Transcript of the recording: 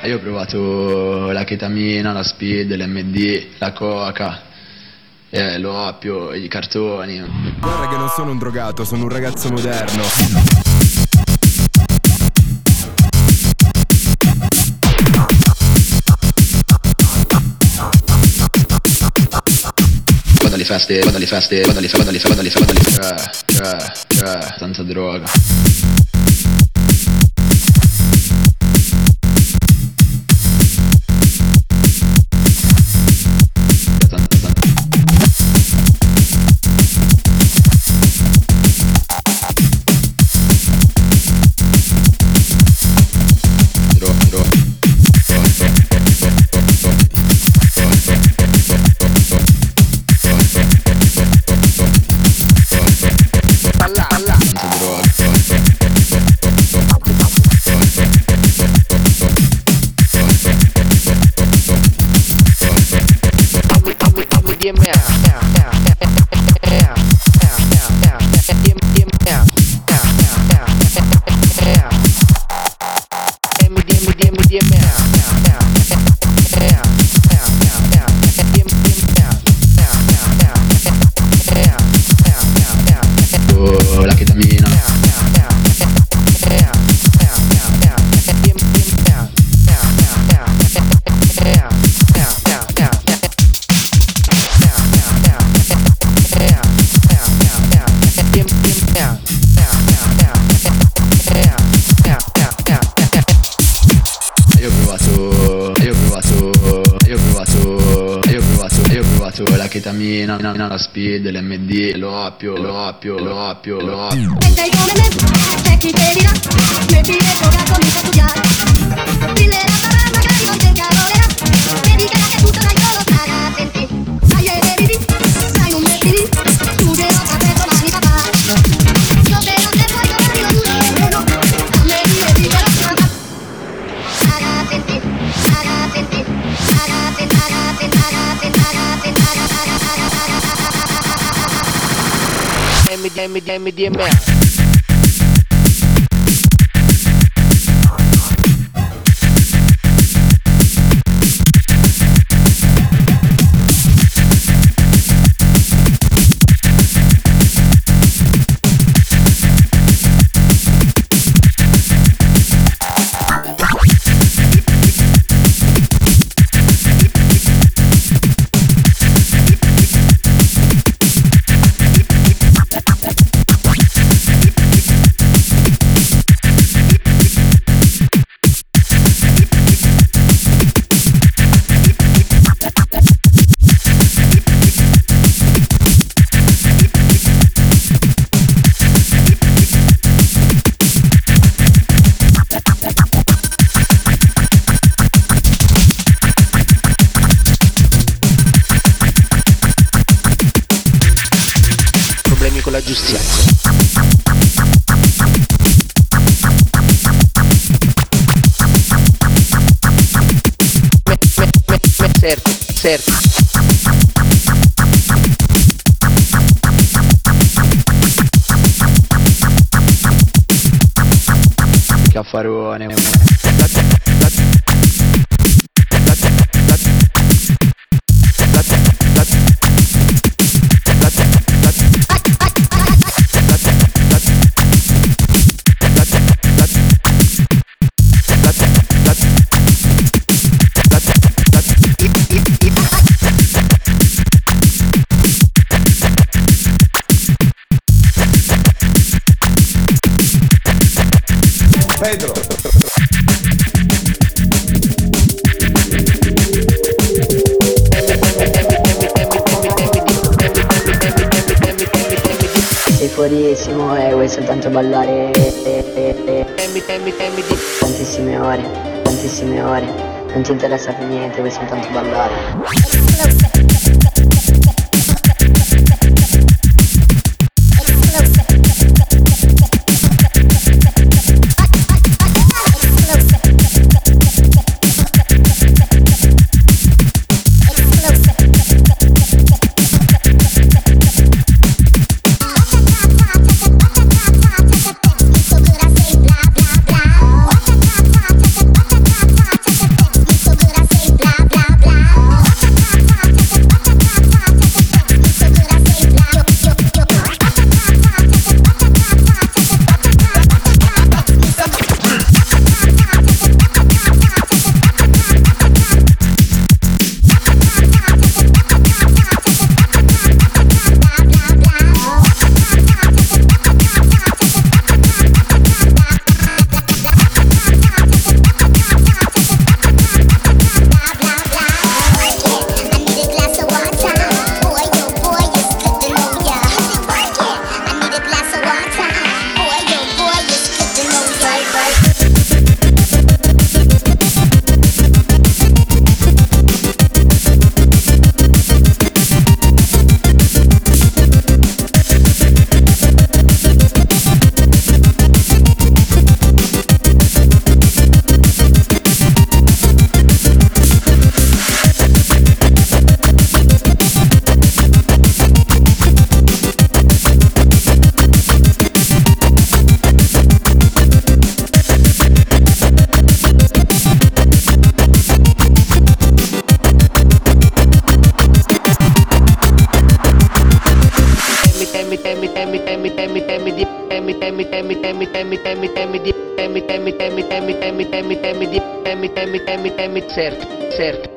Io ho provato la chetamina, la speed, l'MD, la coca, l'oppio, i cartoni. Guarda che non sono un drogato, sono un ragazzo moderno. Vado alle feste, tanta droga. La chetamina, la chetamina, la speed, l'MD, l'oppio. E sei come me, c'è chi te dirà, metti le droga, comincia a studiare. Dille la papà, magari non te cavolerà, vedi che è tutto dai solo stare attenti. Dai e bevi, dai non metti, studierò per domani papà. Io te lo te puoi domani non nemmeno, a me dire dice la papà. Stare attenti, stare attenti, stare attenti, stare attenti, stare attenti, stare attenti. MDMA. Con la giustizia. Certo. che affarone. Pedro. Sei fuorissimo e vuoi soltanto ballare tantissime ore, non ti interessa più niente, vuoi soltanto ballare. certo.